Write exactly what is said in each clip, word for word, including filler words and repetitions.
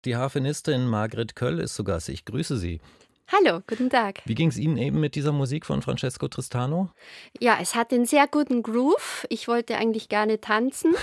Die Harfenistin Margrit Köll ist zu Gast. Ich grüße Sie. Hallo, guten Tag. Wie ging es Ihnen eben mit dieser Musik von Francesco Tristano? Ja, es hat einen sehr guten Groove. Ich wollte eigentlich gerne tanzen.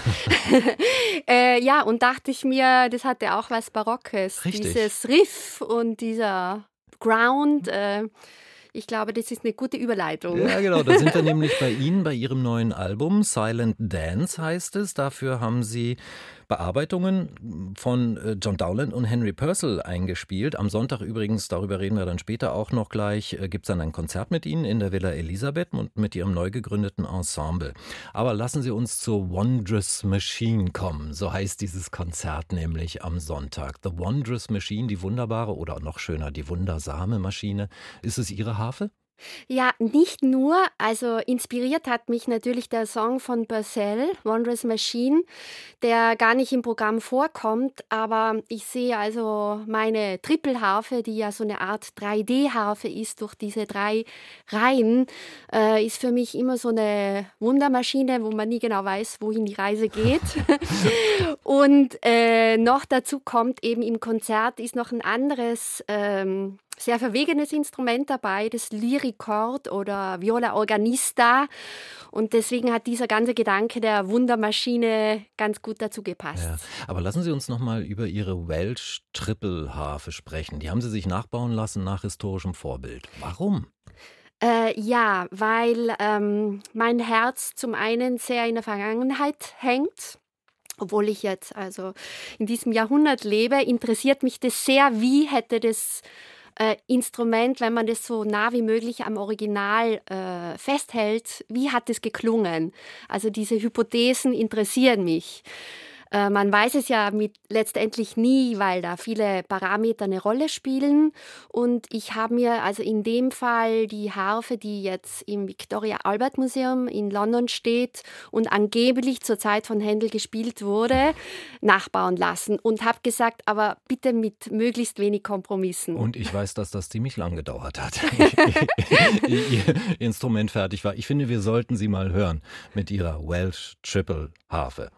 äh, ja, und dachte ich mir, das hatte auch was Barockes. Richtig. Dieses Riff und dieser Ground. Äh, ich glaube, das ist eine gute Überleitung. Ja, genau. Da sind wir nämlich bei Ihnen, bei Ihrem neuen Album. Silent Dance heißt es. Dafür haben Sie Bearbeitungen von John Dowland und Henry Purcell eingespielt. Am Sonntag übrigens, darüber reden wir dann später auch noch gleich, gibt es dann ein Konzert mit Ihnen in der Villa Elisabeth und mit Ihrem neu gegründeten Ensemble. Aber lassen Sie uns zur Wondrous Machine kommen. So heißt dieses Konzert nämlich am Sonntag. The Wondrous Machine, die wunderbare oder noch schöner, die wundersame Maschine. Ist es Ihre Harfe? Ja, nicht nur. Also inspiriert hat mich natürlich der Song von Purcell, Wondrous Machine, der gar nicht im Programm vorkommt. Aber ich sehe also meine Trippelharfe, die ja so eine Art drei D-Harfe ist, durch diese drei Reihen, äh, ist für mich immer so eine Wundermaschine, wo man nie genau weiß, wohin die Reise geht. Und äh, noch dazu kommt eben im Konzert ist noch ein anderes ähm, sehr verwegenes Instrument dabei, das Lyricord oder Viola Organista. Und deswegen hat dieser ganze Gedanke der Wundermaschine ganz gut dazu gepasst. Ja, aber lassen Sie uns noch mal über Ihre Welsh Trippelharfe sprechen. Die haben Sie sich nachbauen lassen nach historischem Vorbild. Warum? Äh, ja, weil ähm, mein Herz zum einen sehr in der Vergangenheit hängt. Obwohl ich jetzt also in diesem Jahrhundert lebe, interessiert mich das sehr, wie hätte das Äh, Instrument, wenn man das so nah wie möglich am Original äh, festhält, wie hat es geklungen? Also diese Hypothesen interessieren mich. Äh, man weiß es ja mit letztendlich nie, weil da viele Parameter eine Rolle spielen. Und ich habe mir also in dem Fall die Harfe, die jetzt im Victoria Albert Museum in London steht und angeblich zur Zeit von Händel gespielt wurde, nachbauen lassen und habe gesagt, aber bitte mit möglichst wenig Kompromissen. Und ich weiß, dass das ziemlich lang gedauert hat, Ihr Instrument fertig war. Ich finde, wir sollten Sie mal hören mit Ihrer Welsh Triple Harfe.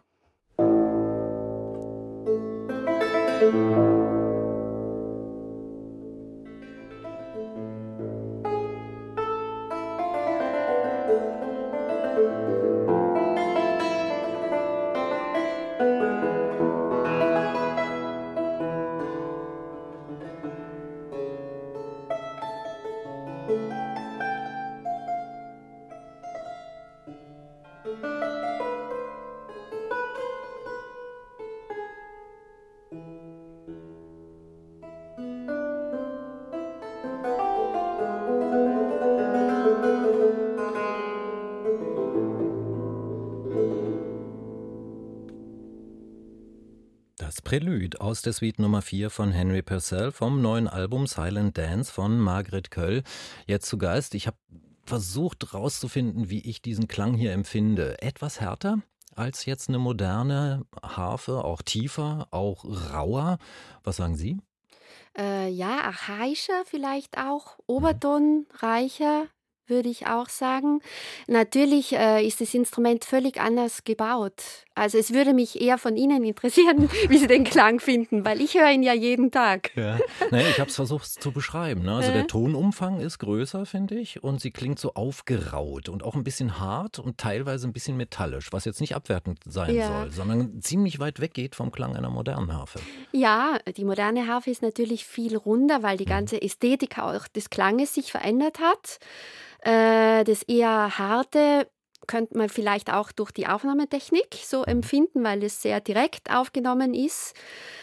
Das Prälude aus der Suite Nummer vier von Henry Purcell vom neuen Album Silent Dance von Margrit Köll. Jetzt zu Gast. Ich habe versucht herauszufinden, wie ich diesen Klang hier empfinde. Etwas härter als jetzt eine moderne Harfe, auch tiefer, auch rauer. Was sagen Sie? Äh, ja, archaischer vielleicht auch, obertonreicher, würde ich auch sagen. Natürlich äh, ist das Instrument völlig anders gebaut. Also es würde mich eher von Ihnen interessieren, wie Sie den Klang finden, weil ich höre ihn ja jeden Tag. Ja. Naja, ich habe es versucht zu beschreiben. Ne? Also Äh? der Tonumfang ist größer, finde ich, und sie klingt so aufgeraut und auch ein bisschen hart und teilweise ein bisschen metallisch, was jetzt nicht abwertend sein Ja. soll, sondern ziemlich weit weggeht vom Klang einer modernen Harfe. Ja, die moderne Harfe ist natürlich viel runder, weil die ganze Ästhetik auch des Klanges sich verändert hat. Äh, das eher harte könnte man vielleicht auch durch die Aufnahmetechnik so empfinden, weil es sehr direkt aufgenommen ist.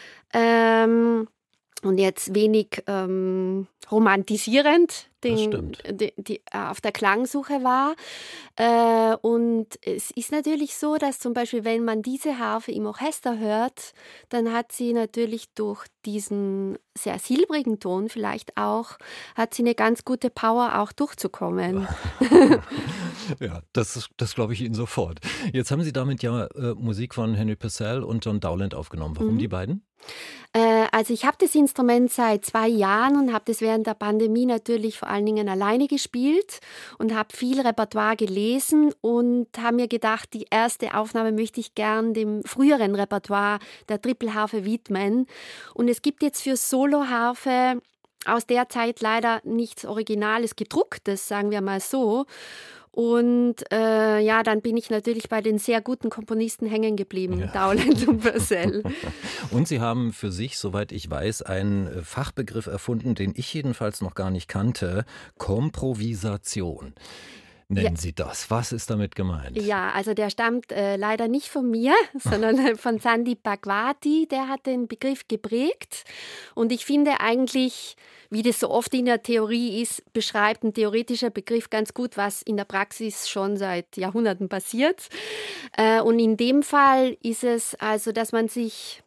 Ähm, und jetzt wenig ähm, romantisierend Das den, stimmt. die, die, auf der Klangsuche war. Äh, und es ist natürlich so, dass zum Beispiel, wenn man diese Harfe im Orchester hört, dann hat sie natürlich durch diesen sehr silbrigen Ton vielleicht auch, hat sie eine ganz gute Power, auch durchzukommen. Ja, das, das glaube ich Ihnen sofort. Jetzt haben Sie damit ja äh, Musik von Henry Purcell und John Dowland aufgenommen. Warum Mhm. die beiden? Äh, also ich habe das Instrument seit zwei Jahren und habe das während der Pandemie natürlich vor vor allen Dingen alleine gespielt und habe viel Repertoire gelesen und habe mir gedacht, die erste Aufnahme möchte ich gern dem früheren Repertoire der Trippelharfe widmen. Und es gibt jetzt für Soloharfe aus der Zeit leider nichts Originales gedrucktes, sagen wir mal so. Und äh, ja, dann bin ich natürlich bei den sehr guten Komponisten hängen geblieben, ja. Dowland und Purcell. Und Sie haben für sich, soweit ich weiß, einen Fachbegriff erfunden, den ich jedenfalls noch gar nicht kannte: Komprovisation. Nennen ja. Sie das. Was ist damit gemeint? Ja, also der stammt äh, leider nicht von mir, sondern von Sandeep Bhagwati. Der hat den Begriff geprägt. Und ich finde eigentlich, wie das so oft in der Theorie ist, beschreibt ein theoretischer Begriff ganz gut, was in der Praxis schon seit Jahrhunderten passiert. Äh, und in dem Fall ist es also, dass man sich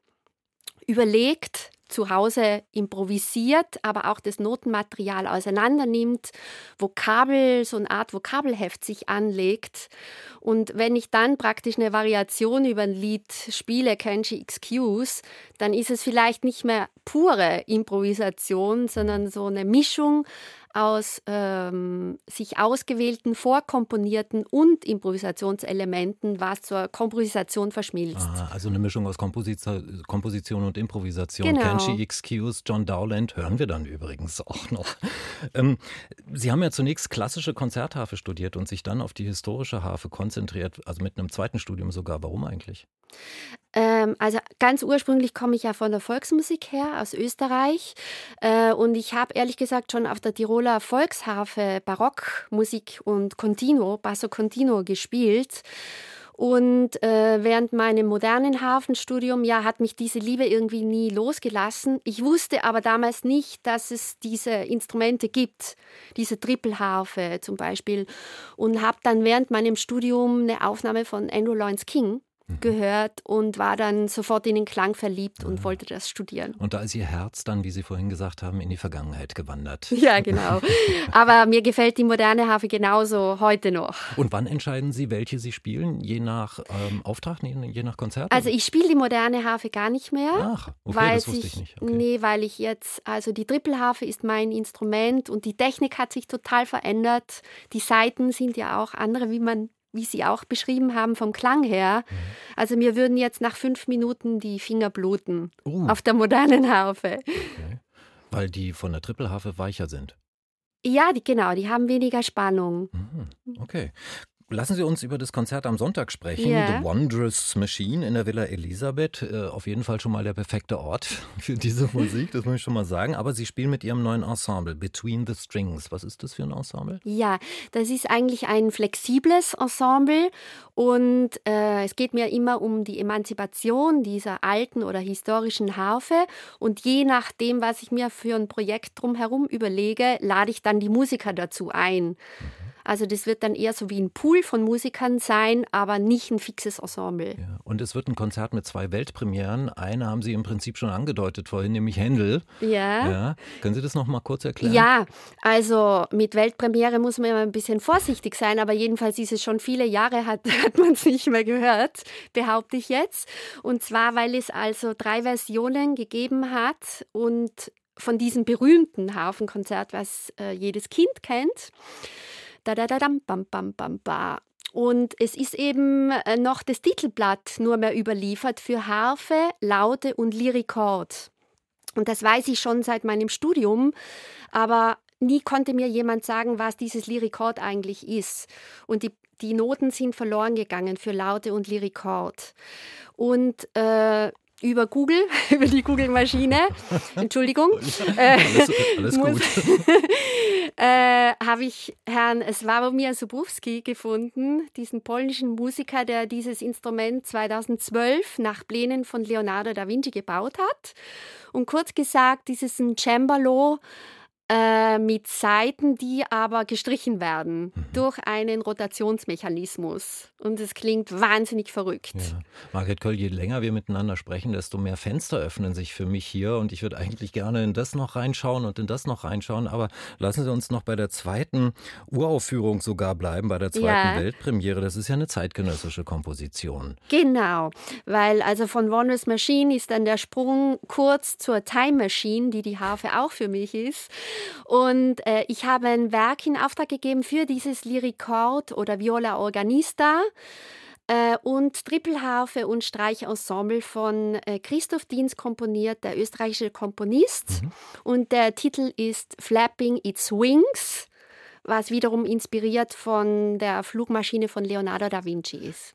überlegt, zu Hause improvisiert, aber auch das Notenmaterial auseinander nimmt, Vokabel, so eine Art Vokabelheft sich anlegt. Und wenn ich dann praktisch eine Variation über ein Lied spiele, Kenji Excuse, dann ist es vielleicht nicht mehr pure Improvisation, sondern so eine Mischung aus ähm, sich ausgewählten, vorkomponierten und Improvisationselementen, was zur Komposition verschmilzt. Ah, also eine Mischung aus Komposita- Komposition und Improvisation. Genau. Kenji Excuse, John Dowland hören wir dann übrigens auch noch. Ähm, Sie haben ja zunächst klassische Konzertharfe studiert und sich dann auf die historische Harfe konzentriert, also mit einem zweiten Studium sogar. Warum eigentlich? Ähm, also ganz ursprünglich komme ich ja von der Volksmusik her, aus Österreich. Äh, und ich habe ehrlich gesagt schon auf der Tiroler Volksharfe Barockmusik und Continuo, Basso Continuo gespielt. Und äh, während meinem modernen Harfenstudium ja, hat mich diese Liebe irgendwie nie losgelassen. Ich wusste aber damals nicht, dass es diese Instrumente gibt, diese Trippelharfe zum Beispiel. Und habe dann während meinem Studium eine Aufnahme von Andrew Lawrence King gehört und war dann sofort in den Klang verliebt und wollte das studieren. Und da ist Ihr Herz dann, wie Sie vorhin gesagt haben, in die Vergangenheit gewandert. Ja, genau. Aber mir gefällt die moderne Harfe genauso heute noch. Und wann entscheiden Sie, welche Sie spielen? Je nach ähm, Auftrag, je nach Konzert? Also ich spiele die moderne Harfe gar nicht mehr. Ach, okay, weil das wusste ich, ich nicht. Okay. Nee, weil ich jetzt, also die Trippelharfe ist mein Instrument und die Technik hat sich total verändert. Die Saiten sind ja auch andere, wie man wie Sie auch beschrieben haben, vom Klang her. Mhm. Also mir würden jetzt nach fünf Minuten die Finger bluten uh. auf der modernen Harfe. Okay. Weil die von der Trippelharfe weicher sind? Ja, die, genau, die haben weniger Spannung. Mhm. Okay. Lassen Sie uns über das Konzert am Sonntag sprechen. Yeah. The Wondrous Machine in der Villa Elisabeth. Äh, auf jeden Fall schon mal der perfekte Ort für diese Musik, das muss ich schon mal sagen. Aber Sie spielen mit Ihrem neuen Ensemble, Between the Strings. Was ist das für ein Ensemble? Ja, das ist eigentlich ein flexibles Ensemble. Und äh, es geht mir immer um die Emanzipation dieser alten oder historischen Harfe. Und je nachdem, was ich mir für ein Projekt drumherum überlege, lade ich dann die Musiker dazu ein. Mhm. Also das wird dann eher so wie ein Pool von Musikern sein, aber nicht ein fixes Ensemble. Ja, und es wird ein Konzert mit zwei Weltpremieren. Eine haben Sie im Prinzip schon angedeutet vorhin, nämlich Händel. Ja. ja. Können Sie das noch mal kurz erklären? Ja, also mit Weltpremiere muss man immer ein bisschen vorsichtig sein, aber jedenfalls ist es schon viele Jahre, hat, hat man es nicht mehr gehört, behaupte ich jetzt. Und zwar, weil es also drei Versionen gegeben hat und von diesem berühmten Harfenkonzert, was äh, jedes Kind kennt. Da, da, da, dam, bam, bam, bam, ba. Und es ist eben noch das Titelblatt nur mehr überliefert für Harfe, Laute und Lyrikord. Und das weiß ich schon seit meinem Studium, aber nie konnte mir jemand sagen, was dieses Lyrikord eigentlich ist. Und die, die Noten sind verloren gegangen für Laute und Lyrikord. Und äh, über Google, über die Google-Maschine, Entschuldigung, äh, alles, alles gut. äh, habe ich Herrn Sławomir Zubrowski gefunden, diesen polnischen Musiker, der dieses Instrument zweitausendzwölf nach Plänen von Leonardo da Vinci gebaut hat. Und kurz gesagt, dieses ein Cembalo äh, mit Saiten, die aber gestrichen werden mhm. durch einen Rotationsmechanismus. Und es klingt wahnsinnig verrückt. Ja. Margret Köll, je länger wir miteinander sprechen, desto mehr Fenster öffnen sich für mich hier. Und ich würde eigentlich gerne in das noch reinschauen und in das noch reinschauen. Aber lassen Sie uns noch bei der zweiten Uraufführung sogar bleiben, bei der zweiten ja. Weltpremiere. Das ist ja eine zeitgenössische Komposition. Genau, weil also von Wondrous Machine ist dann der Sprung kurz zur Time Machine, die die Harfe auch für mich ist. Und äh, ich habe ein Werk in Auftrag gegeben für dieses Lyricord oder Viola Organista äh, und Trippelharfe und Streichensemble von äh, Christoph Dienz komponiert, der österreichische Komponist. Mhm. Und der Titel ist Flapping Its Wings, was wiederum inspiriert von der Flugmaschine von Leonardo da Vinci ist.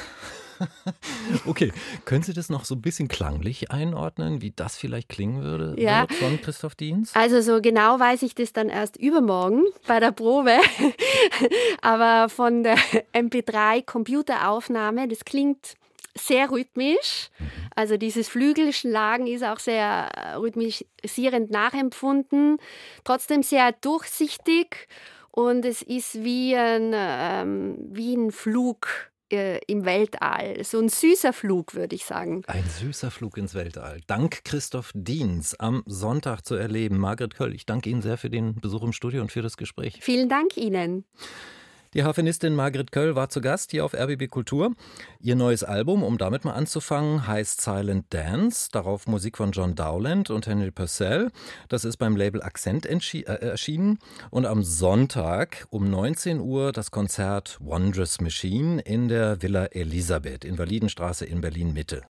Okay, können Sie das noch so ein bisschen klanglich einordnen, wie das vielleicht klingen würde ja. von Christoph Dienz? Also so genau weiß ich das dann erst übermorgen bei der Probe. Aber von der M P drei Computeraufnahme, das klingt sehr rhythmisch. Also dieses Flügelschlagen ist auch sehr rhythmisierend nachempfunden, trotzdem sehr durchsichtig und es ist wie ein, ähm, wie ein Flug im Weltall. So ein süßer Flug, würde ich sagen. Ein süßer Flug ins Weltall. Dank Christoph Dienz am Sonntag zu erleben. Margret Köll, ich danke Ihnen sehr für den Besuch im Studio und für das Gespräch. Vielen Dank Ihnen. Die Harfenistin Margret Köll war zu Gast hier auf R B B Kultur. Ihr neues Album, um damit mal anzufangen, heißt Silent Dance. Darauf Musik von John Dowland und Henry Purcell. Das ist beim Label Akzent äh, erschienen. Und am Sonntag um neunzehn Uhr das Konzert Wondrous Machine in der Villa Elisabeth, Invalidenstraße in Berlin-Mitte.